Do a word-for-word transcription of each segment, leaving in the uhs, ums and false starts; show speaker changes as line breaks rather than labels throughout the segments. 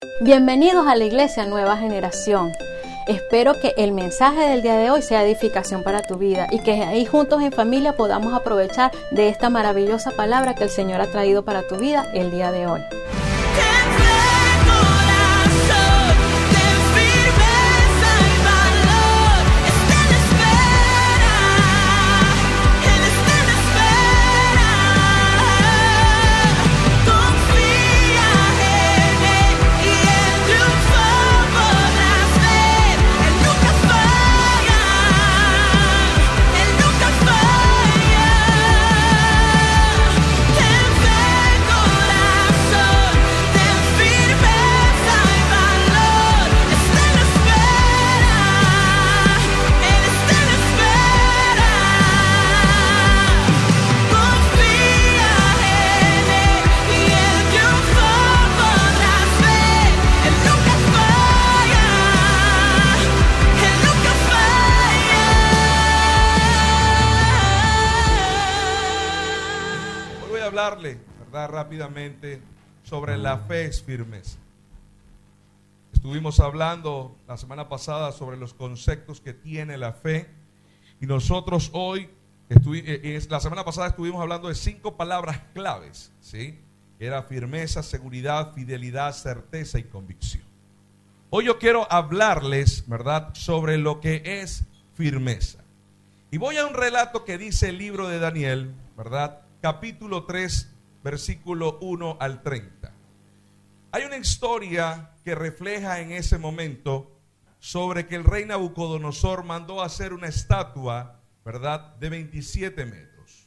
Bienvenidos a la Iglesia Nueva Generación. Espero que el mensaje del día de hoy sea edificación para tu vida y que ahí juntos en familia podamos aprovechar de esta maravillosa palabra que el Señor ha traído para tu vida el día de hoy.
Hablarle, ¿verdad? Rápidamente sobre la fe es firmeza. Estuvimos hablando la semana pasada sobre los conceptos que tiene la fe y nosotros hoy, eh, la semana pasada estuvimos hablando de cinco palabras claves, ¿sí? Era firmeza, seguridad, fidelidad, certeza y convicción. Hoy yo quiero hablarles, ¿verdad?, sobre lo que es firmeza. Y voy a un relato que dice el libro de Daniel, ¿verdad?, capítulo tres, versículo uno al treinta. Hay una historia que refleja en ese momento sobre que el rey Nabucodonosor mandó a hacer una estatua, ¿verdad?, de veintisiete metros.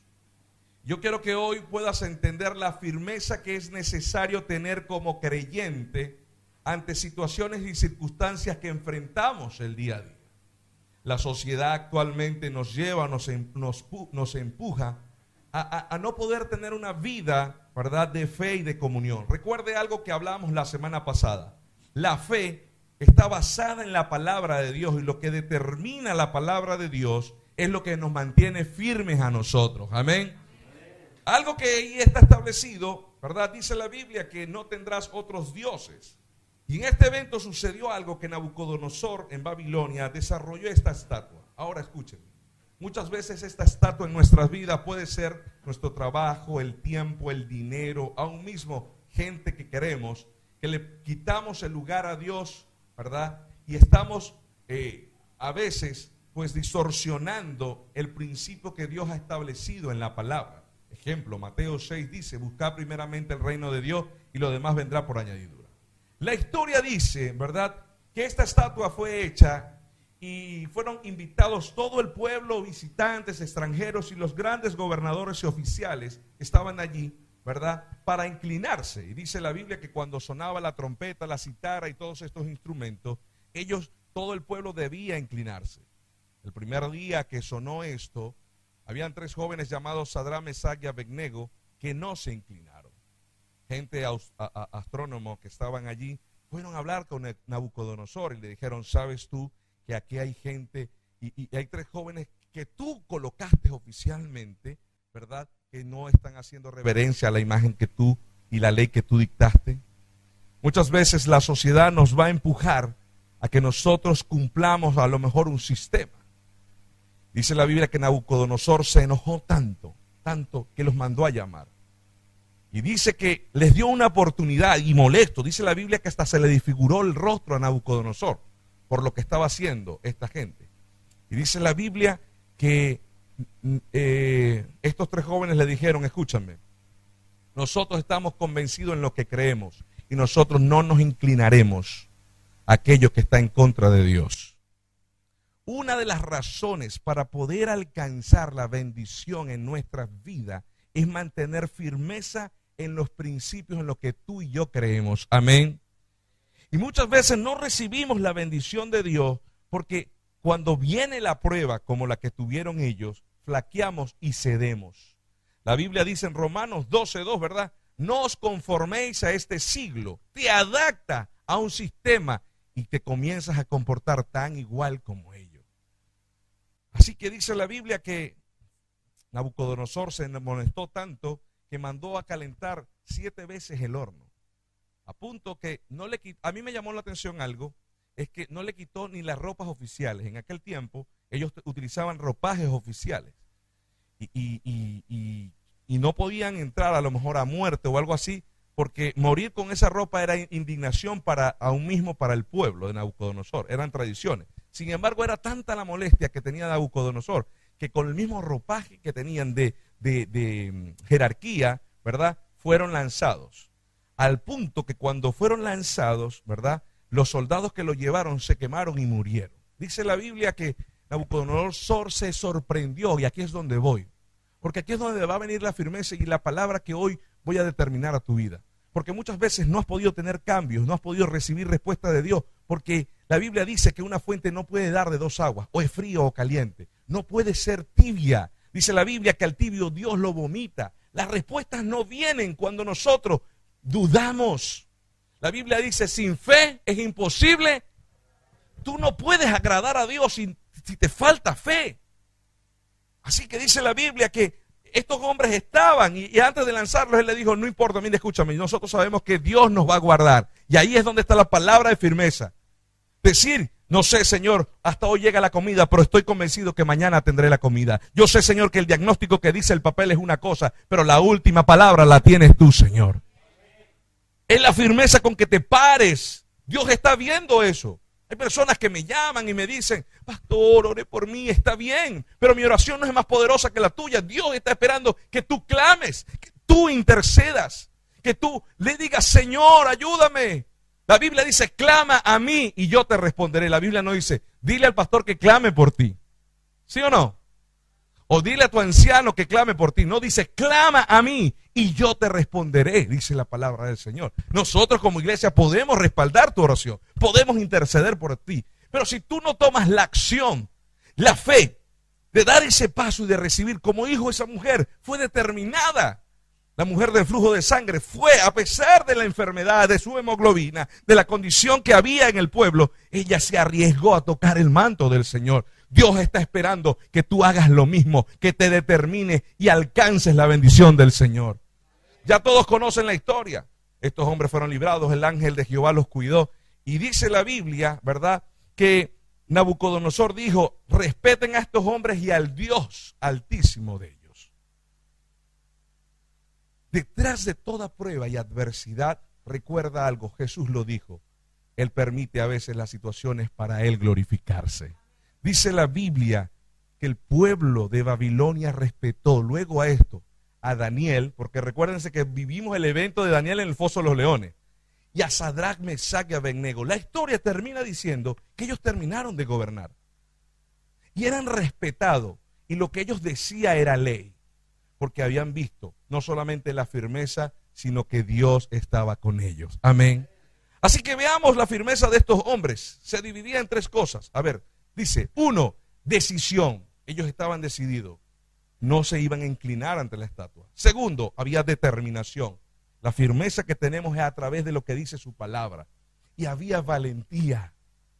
Yo quiero que hoy puedas entender la firmeza que es necesario tener como creyente ante situaciones y circunstancias que enfrentamos el día a día. La sociedad actualmente nos lleva, nos, nos, nos empuja A, a, a no poder tener una vida, ¿verdad?, de fe y de comunión. Recuerde algo que hablamos la semana pasada. La fe está basada en la palabra de Dios y lo que determina la palabra de Dios es lo que nos mantiene firmes a nosotros. Amén. Amén. Algo que ahí está establecido, ¿verdad? Dice la Biblia que no tendrás otros dioses. Y en este evento sucedió algo que Nabucodonosor en Babilonia desarrolló esta estatua. Ahora escúchenme. Muchas veces esta estatua en nuestras vidas puede ser nuestro trabajo, el tiempo, el dinero, aún mismo gente que queremos, que le quitamos el lugar a Dios, ¿verdad? Y estamos eh, a veces pues distorsionando el principio que Dios ha establecido en la palabra. Ejemplo, Mateo seis dice, buscad primeramente el reino de Dios y lo demás vendrá por añadidura. La historia dice, ¿verdad?, que esta estatua fue hecha y fueron invitados todo el pueblo, visitantes, extranjeros y los grandes gobernadores y oficiales estaban allí, ¿verdad?, para inclinarse. Y dice la Biblia que cuando sonaba la trompeta, la citara y todos estos instrumentos, ellos, todo el pueblo debía inclinarse. El primer día que sonó esto, habían tres jóvenes llamados Sadrán, Mesach y Abednego que no se inclinaron. Gente astrónomos que estaban allí fueron a hablar con Nabucodonosor y le dijeron, ¿sabes tú que aquí hay gente y, y hay tres jóvenes que tú colocaste oficialmente, ¿verdad?, que no están haciendo reverencia a la imagen que tú y la ley que tú dictaste? Muchas veces la sociedad nos va a empujar a que nosotros cumplamos a lo mejor un sistema. Dice la Biblia que Nabucodonosor se enojó tanto, tanto que los mandó a llamar. Y dice que les dio una oportunidad y molesto. Dice la Biblia que hasta se le disfiguró el rostro a Nabucodonosor por lo que estaba haciendo esta gente. Y dice la Biblia que eh, estos tres jóvenes le dijeron, escúchame, nosotros estamos convencidos en lo que creemos y nosotros no nos inclinaremos a aquello que está en contra de Dios. Una de las razones para poder alcanzar la bendición en nuestras vidas es mantener firmeza en los principios en los que tú y yo creemos. Amén. Y muchas veces no recibimos la bendición de Dios porque cuando viene la prueba como la que tuvieron ellos, flaqueamos y cedemos. La Biblia dice en Romanos doce dos, ¿verdad? No os conforméis a este siglo. Te adapta a un sistema y te comienzas a comportar tan igual como ellos. Así que dice la Biblia que Nabucodonosor se molestó tanto que mandó a calentar siete veces el horno. A punto que no le quitó, a mí me llamó la atención algo, es que no le quitó ni las ropas oficiales. En aquel tiempo ellos utilizaban ropajes oficiales y, y, y, y, y no podían entrar a lo mejor a muerte o algo así, porque morir con esa ropa era indignación para aún mismo para el pueblo de Nabucodonosor, eran tradiciones. Sin embargo, era tanta la molestia que tenía Nabucodonosor que con el mismo ropaje que tenían de, de, de jerarquía, ¿verdad?, fueron lanzados. Al punto que cuando fueron lanzados, ¿verdad?, los soldados que lo llevaron se quemaron y murieron. Dice la Biblia que Nabucodonosor se sorprendió, y aquí es donde voy, porque aquí es donde va a venir la firmeza y la palabra que hoy voy a determinar a tu vida. Porque muchas veces no has podido tener cambios, no has podido recibir respuesta de Dios, porque la Biblia dice que una fuente no puede dar de dos aguas, o es frío o caliente, no puede ser tibia. Dice la Biblia que al tibio Dios lo vomita. Las respuestas no vienen cuando nosotros dudamos. La Biblia dice, sin fe es imposible. Tú no puedes agradar a Dios si, si te falta fe. Así que dice la Biblia que estos hombres estaban y, y antes de lanzarlos él le dijo, no importa, mire, escúchame, nosotros sabemos que Dios nos va a guardar. Y ahí es donde está la palabra de firmeza. Decir, no sé, Señor, hasta hoy llega la comida, pero estoy convencido que mañana tendré la comida. Yo sé, Señor, que el diagnóstico que dice el papel es una cosa, pero la última palabra la tienes tú, Señor. Es la firmeza con que te pares. Dios está viendo eso. Hay personas que me llaman y me dicen, pastor, ore por mí, está bien, pero mi oración no es más poderosa que la tuya. Dios está esperando que tú clames, que tú intercedas, que tú le digas, Señor, ayúdame. La Biblia dice, clama a mí y yo te responderé. La Biblia no dice, dile al pastor que clame por ti. ¿Sí o no? O dile a tu anciano que clame por ti. No, dice, clama a mí y yo te responderé, dice la palabra del Señor. Nosotros como iglesia podemos respaldar tu oración, podemos interceder por ti. Pero si tú no tomas la acción, la fe, de dar ese paso y de recibir, como hijo esa mujer fue determinada. La mujer del flujo de sangre fue, a pesar de la enfermedad, de su hemoglobina, de la condición que había en el pueblo, ella se arriesgó a tocar el manto del Señor. Dios está esperando que tú hagas lo mismo, que te determines y alcances la bendición del Señor. Ya todos conocen la historia. Estos hombres fueron librados, el ángel de Jehová los cuidó. Y dice la Biblia, ¿verdad?, que Nabucodonosor dijo, respeten a estos hombres y al Dios altísimo de ellos. Detrás de toda prueba y adversidad, recuerda algo, Jesús lo dijo, Él permite a veces las situaciones para Él glorificarse. Dice la Biblia que el pueblo de Babilonia respetó luego a esto, a Daniel, porque recuérdense que vivimos el evento de Daniel en el foso de los leones, y a Sadrach, Mesach y Abednego. La historia termina diciendo que ellos terminaron de gobernar y eran respetados, y lo que ellos decían era ley, porque habían visto no solamente la firmeza, sino que Dios estaba con ellos. Amén. Así que veamos la firmeza de estos hombres. Se dividía en tres cosas. A ver, dice, uno, decisión. Ellos estaban decididos. No se iban a inclinar ante la estatua. Segundo, había determinación. La firmeza que tenemos es a través de lo que dice su palabra. Y había valentía.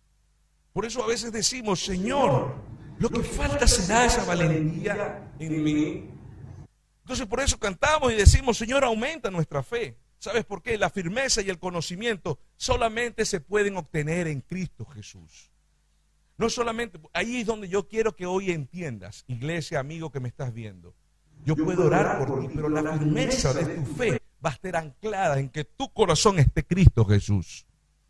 Por eso a veces decimos, Señor, lo que falta será esa valentía en mí. Entonces por eso cantamos y decimos, Señor, aumenta nuestra fe. ¿Sabes por qué? La firmeza y el conocimiento solamente se pueden obtener en Cristo Jesús. No solamente, ahí es donde yo quiero que hoy entiendas, iglesia, amigo que me estás viendo. Yo puedo orar por ti, pero la firmeza de tu fe va a estar anclada en que tu corazón esté Cristo Jesús.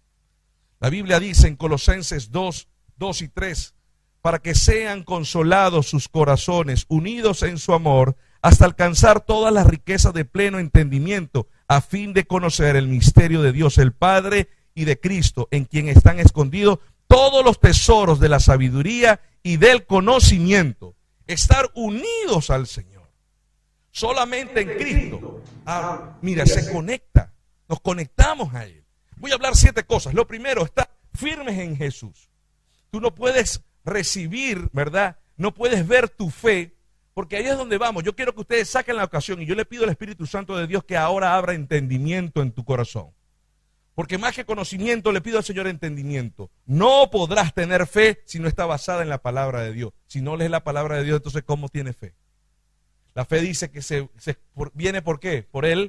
La Biblia dice en Colosenses dos, dos y tres, para que sean consolados sus corazones, unidos en su amor, hasta alcanzar todas las riquezas de pleno entendimiento, a fin de conocer el misterio de Dios el Padre y de Cristo, en quien están escondidos todos los tesoros de la sabiduría y del conocimiento. Estar unidos al Señor. Solamente en Cristo. Ah, mira, se conecta. Nos conectamos a Él. Voy a hablar siete cosas. Lo primero, estar firmes en Jesús. Tú no puedes recibir, ¿verdad? No puedes ver tu fe, porque ahí es donde vamos. Yo quiero que ustedes saquen la ocasión y yo le pido al Espíritu Santo de Dios que ahora abra entendimiento en tu corazón. Porque más que conocimiento le pido al Señor entendimiento. No podrás tener fe si no está basada en la palabra de Dios. Si no lees la palabra de Dios, entonces ¿cómo tienes fe? La fe dice que se, se por, viene ¿por qué? Por el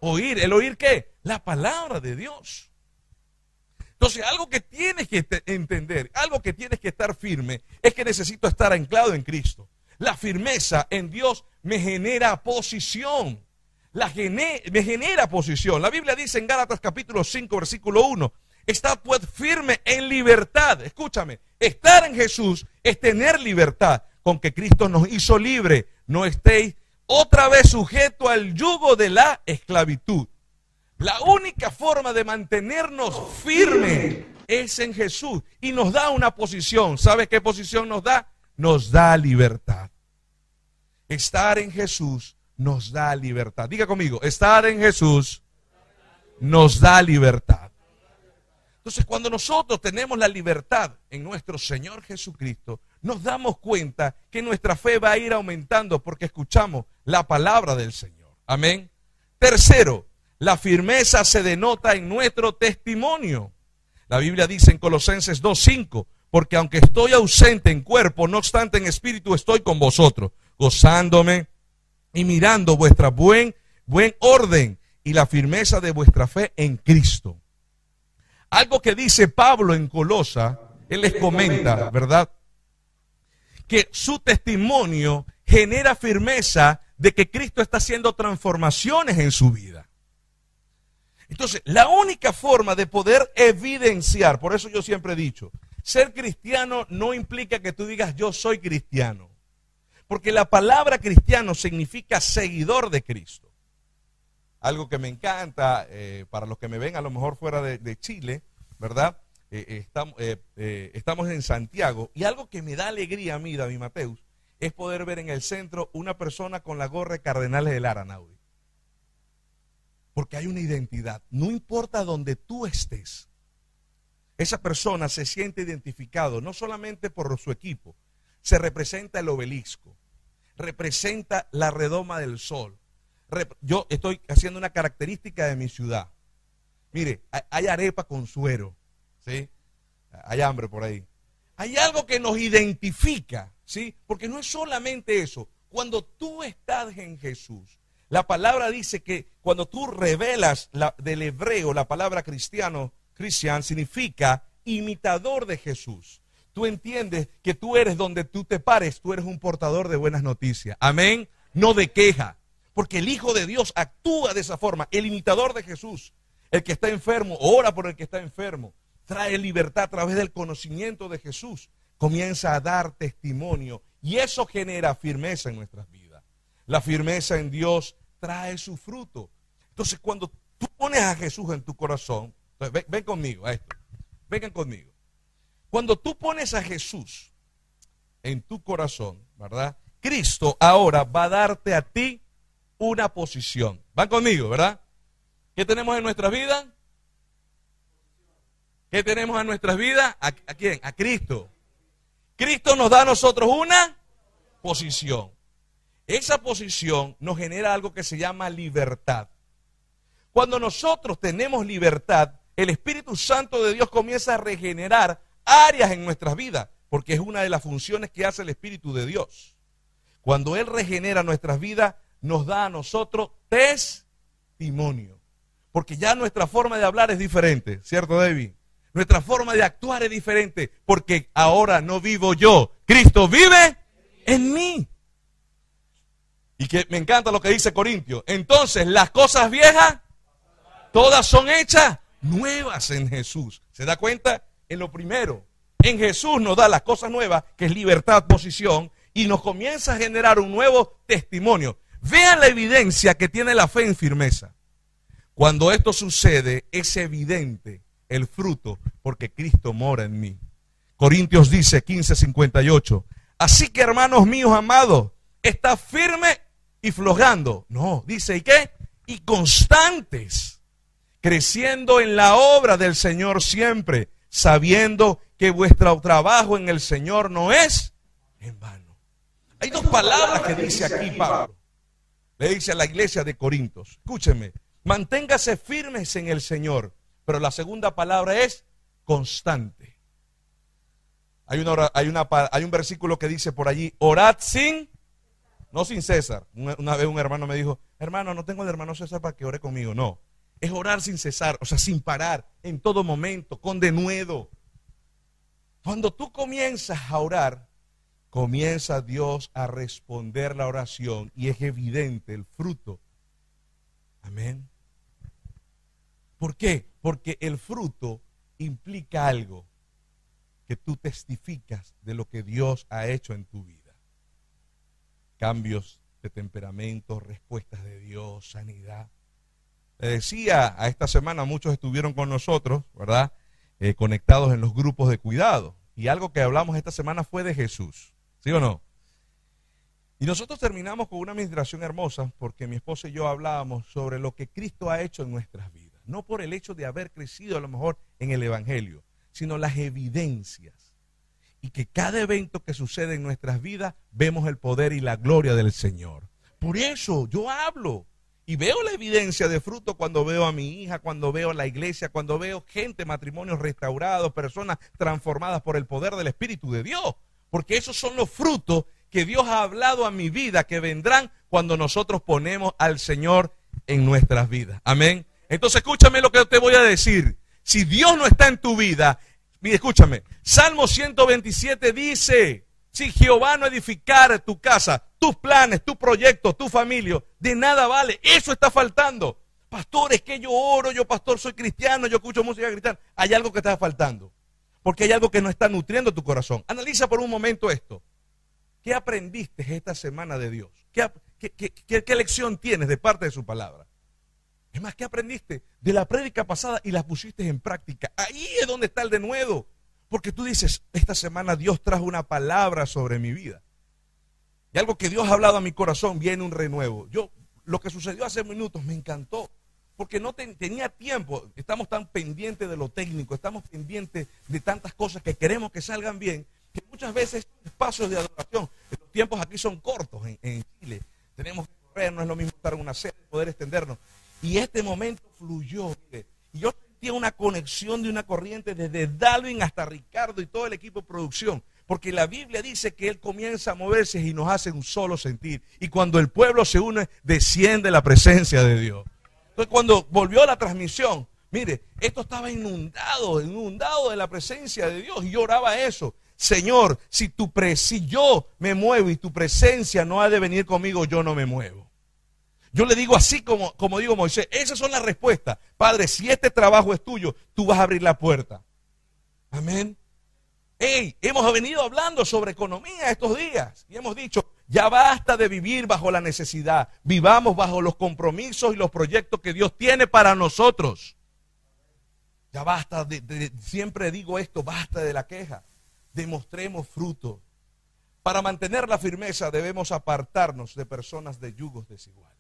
Oír. ¿El oír qué? La palabra de Dios. Entonces, algo que tienes que entender, algo que tienes que estar firme, es que necesito estar anclado en Cristo. La firmeza en Dios me genera posición. La gene, me genera posición. La Biblia dice en Gálatas capítulo cinco, versículo uno, estad pues firme en libertad. Escúchame, estar en Jesús es tener libertad. Con que Cristo nos hizo libre, no estéis otra vez sujeto al yugo de la esclavitud. La única forma de mantenernos firmes es en Jesús y nos da una posición. ¿Sabes qué posición nos da? Nos da libertad. Estar en Jesús nos da libertad. Diga conmigo, estar en Jesús nos da libertad. Entonces, cuando nosotros tenemos la libertad en nuestro Señor Jesucristo, nos damos cuenta que nuestra fe va a ir aumentando porque escuchamos la palabra del Señor. Amén. Tercero, la firmeza se denota en nuestro testimonio. La Biblia dice en Colosenses dos cinco, porque aunque estoy ausente en cuerpo, no obstante en espíritu estoy con vosotros, gozándome y mirando vuestra buen, buen orden y la firmeza de vuestra fe en Cristo. Algo que dice Pablo en Colosa, él les comenta, ¿verdad? Que su testimonio genera firmeza de que Cristo está haciendo transformaciones en su vida. Entonces, la única forma de poder evidenciar, por eso yo siempre he dicho, ser cristiano no implica que tú digas yo soy cristiano. Porque la palabra cristiano significa seguidor de Cristo. Algo que me encanta, eh, para los que me ven a lo mejor fuera de, de Chile, ¿verdad? Eh, eh, estamos, eh, eh, estamos en Santiago y algo que me da alegría a mí, David Mateus, es poder ver en el centro una persona con la gorra de Cardenales de Lara, Naudi. Porque hay una identidad. No importa donde tú estés, esa persona se siente identificado no solamente por su equipo, se representa el obelisco, representa la redoma del sol. Yo estoy haciendo una característica de mi ciudad. Mire, hay arepa con suero, ¿sí? Hay hambre por ahí. Hay algo que nos identifica, ¿sí? Porque no es solamente eso. Cuando tú estás en Jesús, la palabra dice que cuando tú revelas la, del hebreo la palabra cristiano, cristian significa imitador de Jesús. Tú entiendes que tú eres donde tú te pares, tú eres un portador de buenas noticias. Amén, no de queja. Porque el Hijo de Dios actúa de esa forma, el imitador de Jesús. El que está enfermo, ora por el que está enfermo. Trae libertad a través del conocimiento de Jesús. Comienza a dar testimonio y eso genera firmeza en nuestras vidas. La firmeza en Dios trae su fruto. Entonces, cuando tú pones a Jesús en tu corazón, ven, ven conmigo a esto, vengan conmigo. Cuando tú pones a Jesús en tu corazón, ¿verdad? Cristo ahora va a darte a ti una posición. Van conmigo, ¿verdad? ¿Qué tenemos en nuestras vidas? ¿Qué tenemos en nuestras vidas? ¿A, a quién? A Cristo. Cristo nos da a nosotros una posición. Esa posición nos genera algo que se llama libertad. Cuando nosotros tenemos libertad, el Espíritu Santo de Dios comienza a regenerar áreas en nuestras vidas, porque es una de las funciones que hace el Espíritu de Dios. Cuando Él regenera nuestras vidas, nos da a nosotros testimonio. Porque ya nuestra forma de hablar es diferente, ¿cierto, David? Nuestra forma de actuar es diferente, porque ahora no vivo yo, Cristo vive en mí. Y que me encanta lo que dice Corintios. Entonces, las cosas viejas, todas son hechas nuevas en Jesús. ¿Se da cuenta? En lo primero, en Jesús nos da las cosas nuevas, que es libertad, posición, y nos comienza a generar un nuevo testimonio. Vean la evidencia que tiene la fe en firmeza. Cuando esto sucede, es evidente el fruto, porque Cristo mora en mí. Corintios dice, quince cincuenta y ocho, así que hermanos míos amados, está firme y flojando. No, dice, ¿y qué? Y constantes, creciendo en la obra del Señor siempre, sabiendo que vuestro trabajo en el Señor no es en vano. Hay dos palabras que dice aquí Pablo. Le dice a la iglesia de Corintios, escúchenme, manténgase firmes en el Señor, pero la segunda palabra es constante. Hay, una, hay, una, hay un versículo que dice por allí, orad sin, No sin César. Una, una vez un hermano me dijo, hermano, no tengo el hermano César para que ore conmigo. No, es orar sin cesar, o sea, sin parar, en todo momento, con denuedo. Cuando tú comienzas a orar, comienza Dios a responder la oración y es evidente el fruto. Amén. ¿Por qué? Porque el fruto implica algo, que tú testificas de lo que Dios ha hecho en tu vida. Cambios de temperamento, respuestas de Dios, sanidad. Le decía, a esta semana muchos estuvieron con nosotros, ¿verdad? Eh, conectados en los grupos de cuidado. Y algo que hablamos esta semana fue de Jesús. ¿Sí o no? Y nosotros terminamos con una administración hermosa porque mi esposa y yo hablábamos sobre lo que Cristo ha hecho en nuestras vidas. No por el hecho de haber crecido a lo mejor en el Evangelio, sino las evidencias. Y que cada evento que sucede en nuestras vidas vemos el poder y la gloria del Señor. Por eso yo hablo y veo la evidencia de fruto cuando veo a mi hija, cuando veo la iglesia, cuando veo gente, matrimonios restaurados, personas transformadas por el poder del Espíritu de Dios. Porque esos son los frutos que Dios ha hablado a mi vida, que vendrán cuando nosotros ponemos al Señor en nuestras vidas. Amén. Entonces escúchame lo que te voy a decir. Si Dios no está en tu vida, mire, escúchame. Salmo ciento veintisiete dice, si Jehová no edificara tu casa, tus planes, tu proyecto, tu familia, de nada vale. Eso está faltando. Pastor, es que yo oro, yo pastor soy cristiano, yo escucho música cristiana. Hay algo que está faltando. Porque hay algo que no está nutriendo tu corazón. Analiza por un momento esto. ¿Qué aprendiste esta semana de Dios? ¿Qué, qué, qué, qué, qué lección tienes de parte de su palabra? Es más, ¿qué aprendiste de la prédica pasada y la pusiste en práctica? Ahí es donde está el denuedo. Porque tú dices, esta semana Dios trajo una palabra sobre mi vida. Y algo que Dios ha hablado a mi corazón, viene un renuevo. Yo, lo que sucedió hace minutos me encantó. Porque no ten, tenía tiempo, estamos tan pendientes de lo técnico, estamos pendientes de tantas cosas que queremos que salgan bien, que muchas veces espacios de adoración, los tiempos aquí son cortos en, en Chile, tenemos que correr, no es lo mismo estar en una sede, poder extendernos. Y este momento fluyó, mire, y yo sentía una conexión de una corriente desde Dalvin hasta Ricardo y todo el equipo de producción, porque la Biblia dice que Él comienza a moverse y nos hace un solo sentir, y cuando el pueblo se une, desciende la presencia de Dios. Entonces cuando volvió la transmisión, mire, esto estaba inundado, inundado de la presencia de Dios. Y yo oraba eso. Señor, si, tu pre, si yo me muevo y tu presencia no ha de venir conmigo, yo no me muevo. Yo le digo así como, como digo Moisés, esas son las respuestas. Padre, si este trabajo es tuyo, tú vas a abrir la puerta. Amén. Hey, hemos venido hablando sobre economía estos días y hemos dicho, ya basta de vivir bajo la necesidad, vivamos bajo los compromisos y los proyectos que Dios tiene para nosotros. Ya basta, de, de, siempre digo esto, basta de la queja, demostremos fruto. Para mantener la firmeza debemos apartarnos de personas de yugos desiguales.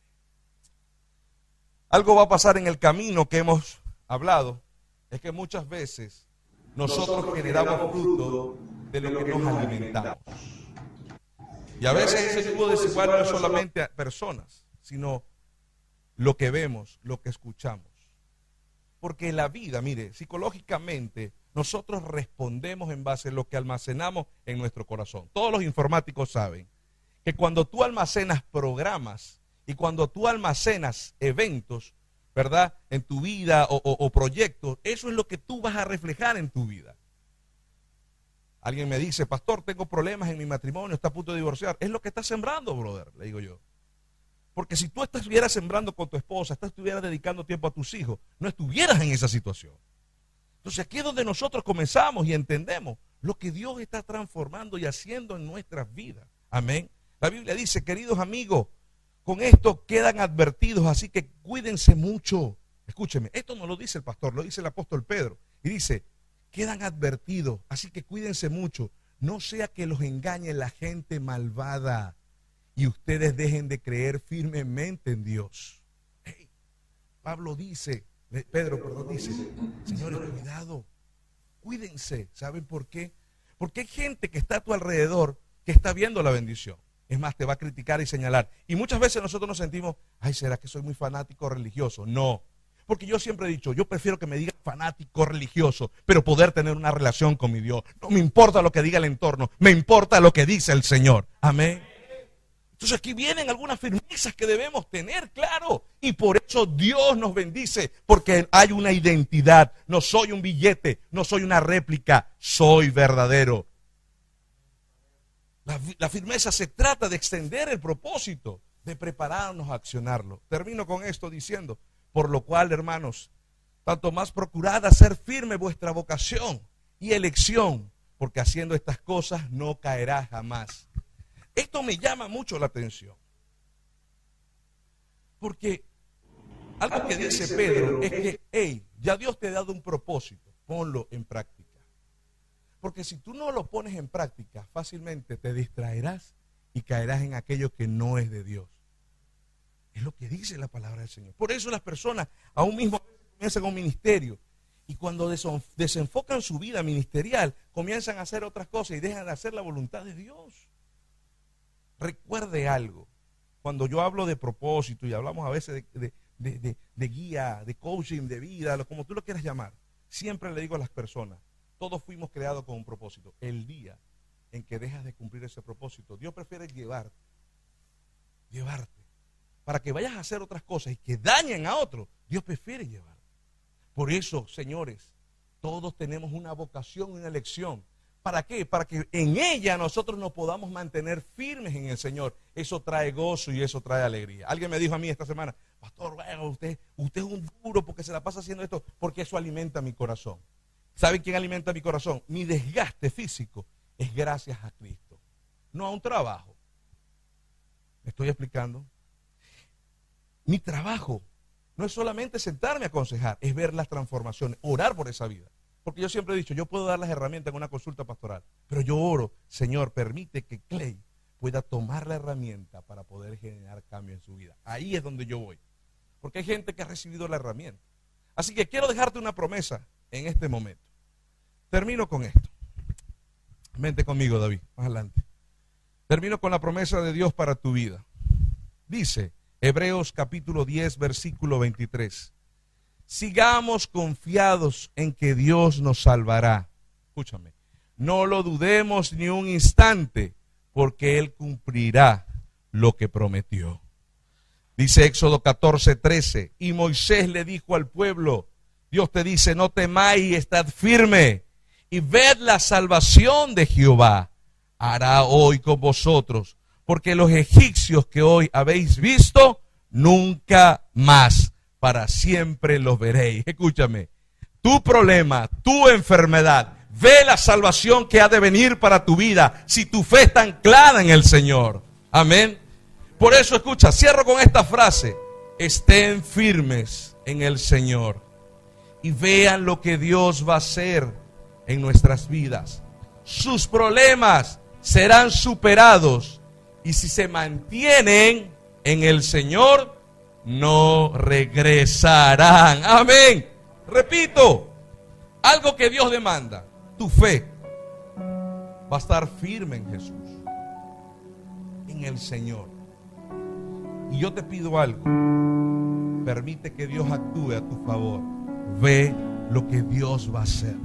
Algo va a pasar en el camino que hemos hablado, es que muchas veces nosotros generamos fruto de lo que nos alimentamos. Y a veces ese yugo desigual no es solamente a personas, sino lo que vemos, lo que escuchamos. Porque la vida, mire, psicológicamente, nosotros respondemos en base a lo que almacenamos en nuestro corazón. Todos los informáticos saben que cuando tú almacenas programas y cuando tú almacenas eventos, ¿verdad?, en tu vida o, o, o proyectos, eso es lo que tú vas a reflejar en tu vida. Alguien me dice, pastor, tengo problemas en mi matrimonio, está a punto de divorciar. Es lo que estás sembrando, brother, le digo yo. Porque si tú estuvieras sembrando con tu esposa, estuvieras dedicando tiempo a tus hijos, no estuvieras en esa situación. Entonces aquí es donde nosotros comenzamos y entendemos lo que Dios está transformando y haciendo en nuestras vidas. Amén. La Biblia dice, queridos amigos, con esto quedan advertidos, así que cuídense mucho. Escúcheme, esto no lo dice el pastor, lo dice el apóstol Pedro. Y dice, quedan advertidos, así que cuídense mucho. No sea que los engañe la gente malvada y ustedes dejen de creer firmemente en Dios. Hey, Pablo dice, Pedro, perdón, dice, señores, cuidado, cuídense. ¿Saben por qué? Porque hay gente que está a tu alrededor que está viendo la bendición. Es más, te va a criticar y señalar. Y muchas veces nosotros nos sentimos, ay, ¿será que soy muy fanático religioso? No, porque yo siempre he dicho, yo prefiero que me digan fanático religioso, pero poder tener una relación con mi Dios. No me importa lo que diga el entorno, me importa lo que dice el Señor. Amén. Entonces aquí vienen algunas firmezas que debemos tener, claro. Y por eso Dios nos bendice, porque hay una identidad. No soy un billete, no soy una réplica, soy verdadero. La, la firmeza se trata de extender el propósito, de prepararnos a accionarlo. Termino con esto diciendo, por lo cual, hermanos, tanto más procurad hacer firme vuestra vocación y elección, porque haciendo estas cosas no caerá jamás. Esto me llama mucho la atención, porque algo que dice Pedro es que, hey, ya Dios te ha dado un propósito, ponlo en práctica. Porque si tú no lo pones en práctica, fácilmente te distraerás y caerás en aquello que no es de Dios. Es lo que dice la palabra del Señor. Por eso las personas aún mismo comienzan un ministerio y cuando desenfocan su vida ministerial, comienzan a hacer otras cosas y dejan de hacer la voluntad de Dios. Recuerde algo, cuando yo hablo de propósito y hablamos a veces de, de, de, de, de guía, de coaching, de vida, como tú lo quieras llamar, siempre le digo a las personas, todos fuimos creados con un propósito. El día en que dejas de cumplir ese propósito, Dios prefiere llevarte, llevarte, para que vayas a hacer otras cosas y que dañen a otros. Dios prefiere llevarte. Por eso, señores, todos tenemos una vocación y una elección. ¿Para qué? Para que en ella nosotros nos podamos mantener firmes en el Señor. Eso trae gozo y eso trae alegría. Alguien me dijo a mí esta semana, pastor, bueno, usted, usted es un duro porque se la pasa haciendo esto, porque eso alimenta mi corazón. ¿Sabe quién alimenta mi corazón? Mi desgaste físico es gracias a Cristo, no a un trabajo. ¿Me estoy explicando? Mi trabajo no es solamente sentarme a aconsejar, es ver las transformaciones, orar por esa vida. Porque yo siempre he dicho, yo puedo dar las herramientas en una consulta pastoral, pero yo oro, Señor, permite que Clay pueda tomar la herramienta para poder generar cambio en su vida. Ahí es donde yo voy. Porque hay gente que ha recibido la herramienta. Así que quiero dejarte una promesa en este momento. Termino con esto. Vente conmigo, David, más adelante. Termino con la promesa de Dios para tu vida. Dice Hebreos capítulo diez, versículo veintitrés. Sigamos confiados en que Dios nos salvará. Escúchame. No lo dudemos ni un instante, porque Él cumplirá lo que prometió. Dice Éxodo catorce, trece. Y Moisés le dijo al pueblo, Dios te dice, no temáis, estad firme, y ved la salvación de Jehová. Hará hoy con vosotros, porque los egipcios que hoy habéis visto, nunca más. Para siempre los veréis. Escúchame, tu problema, tu enfermedad, ve la salvación que ha de venir para tu vida si tu fe está anclada en el Señor. Amén. Por eso, escucha, cierro con esta frase. Estén firmes en el Señor y vean lo que Dios va a hacer en nuestras vidas. Sus problemas serán superados y si se mantienen en el Señor, no regresarán. Amén. Repito, algo que Dios demanda, tu fe va a estar firme en Jesús, en el Señor. Y yo te pido algo, permite que Dios actúe a tu favor. Ve lo que Dios va a hacer.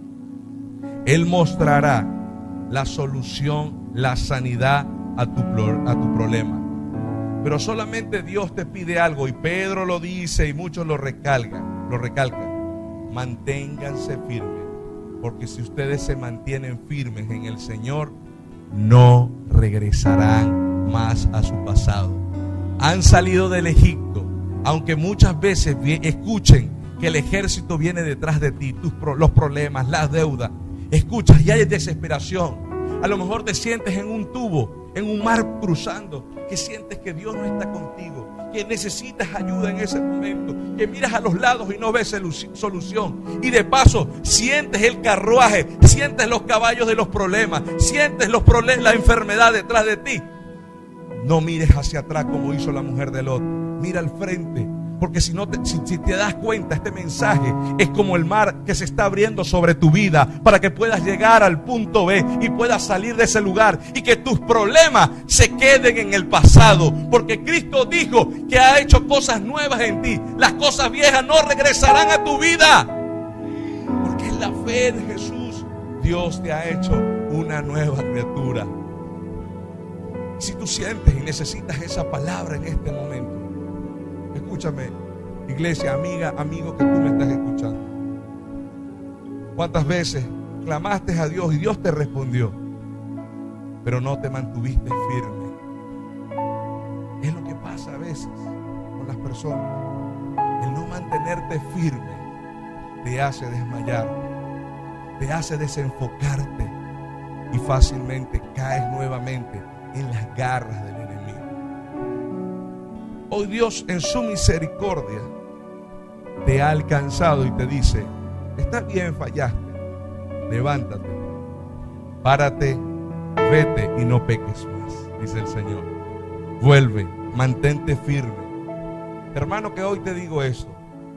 Él mostrará la solución, la sanidad a tu, a tu problema. Pero solamente Dios te pide algo, y Pedro lo dice y muchos lo recalcan, lo recalcan. Manténganse firmes, porque si ustedes se mantienen firmes en el Señor, no regresarán más a su pasado. Han salido del Egipto, aunque muchas veces escuchen que el ejército viene detrás de ti, tus, los problemas, las deudas. Escuchas y hay desesperación. A lo mejor te sientes en un tubo, en un mar cruzando, que sientes que Dios no está contigo, que necesitas ayuda en ese momento, que miras a los lados y no ves solución. Y de paso sientes el carruaje, sientes los caballos de los problemas, sientes los problemas, la enfermedad detrás de ti. No mires hacia atrás como hizo la mujer de Lot. Mira al frente. Porque si, no te, si, si te das cuenta, este mensaje es como el mar que se está abriendo sobre tu vida para que puedas llegar al punto B y puedas salir de ese lugar y que tus problemas se queden en el pasado. Porque Cristo dijo que ha hecho cosas nuevas en ti. Las cosas viejas no regresarán a tu vida. Porque en la fe de Jesús, Dios te ha hecho una nueva criatura. Si tú sientes y necesitas esa palabra en este momento, escúchame, iglesia, amiga, amigo que tú me estás escuchando. ¿Cuántas veces clamaste a Dios y Dios te respondió, pero no te mantuviste firme? Es lo que pasa a veces con las personas. El no mantenerte firme te hace desmayar, te hace desenfocarte y fácilmente caes nuevamente en las garras del enemigo. Hoy Dios en su misericordia te ha alcanzado y te dice: está bien, fallaste, levántate, párate, vete y no peques más, dice el Señor. Vuelve, mantente firme. Hermano, que hoy te digo esto.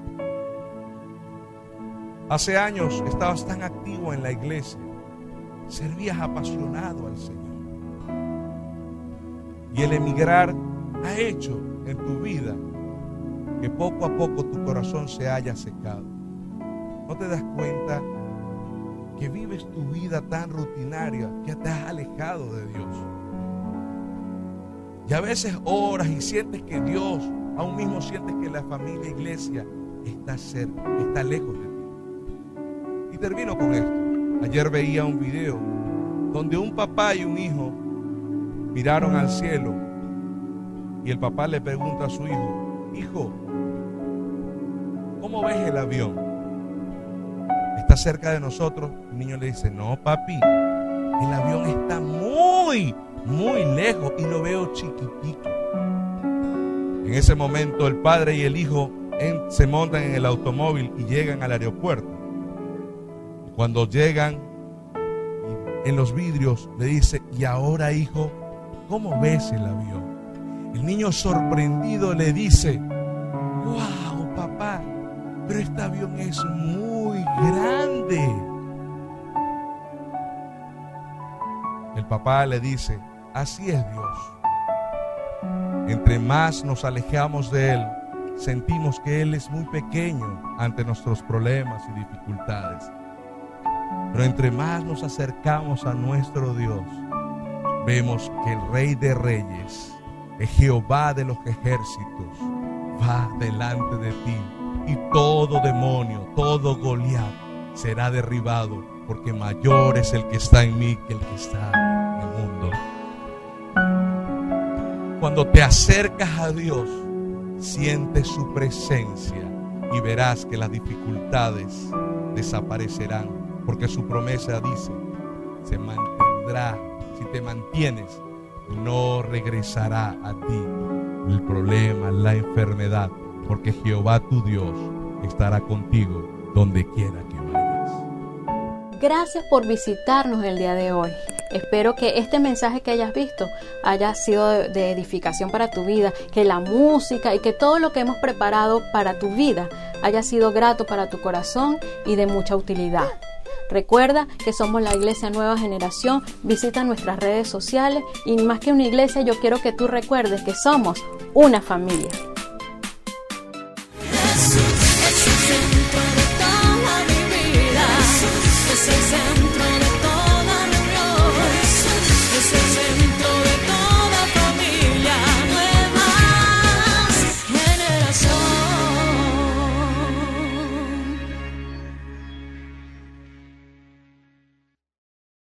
Hace años estabas tan activo en la iglesia, servías apasionado al Señor, y el emigrar ha hecho en tu vida que poco a poco tu corazón se haya secado. ¿No te das cuenta que vives tu vida tan rutinaria que te has alejado de Dios? Y a veces oras y sientes que Dios, aún mismo sientes que la familia iglesia está cerca, está lejos de ti. Y termino con esto. Ayer veía un video donde un papá y un hijo miraron al cielo y el papá le pregunta a su hijo: hijo, ¿cómo ves el avión? ¿Está cerca de nosotros? El niño le dice: no, papi, el avión está muy, muy lejos y lo veo chiquitito. En ese momento el padre y el hijo en, se montan en el automóvil y llegan al aeropuerto. Cuando llegan, en los vidrios le dice: y ahora, hijo, ¿cómo ves el avión? El niño sorprendido le dice: wow, papá, pero este avión es muy grande. El papá le dice: así es Dios. Entre más nos alejamos de Él, sentimos que Él es muy pequeño ante nuestros problemas y dificultades. Pero entre más nos acercamos a nuestro Dios, vemos que el Rey de Reyes, el Jehová de los ejércitos, va delante de ti, y todo demonio, todo Goliat será derribado, porque mayor es el que está en mí que el que está en el mundo. Cuando te acercas a Dios, sientes su presencia y verás que las dificultades desaparecerán, porque su promesa dice: se mantendrá, si te mantienes, no regresará a ti el problema, la enfermedad, porque Jehová tu Dios estará contigo donde quiera que vayas.
Gracias por visitarnos el día de hoy. Espero que este mensaje que hayas visto haya sido de edificación para tu vida, que la música y que todo lo que hemos preparado para tu vida haya sido grato para tu corazón y de mucha utilidad. Recuerda que somos la Iglesia Nueva Generación. Visita nuestras redes sociales y más que una iglesia, yo quiero que tú recuerdes que somos una familia.
Jesús es el centro de toda mi vida. Jesús es el centro.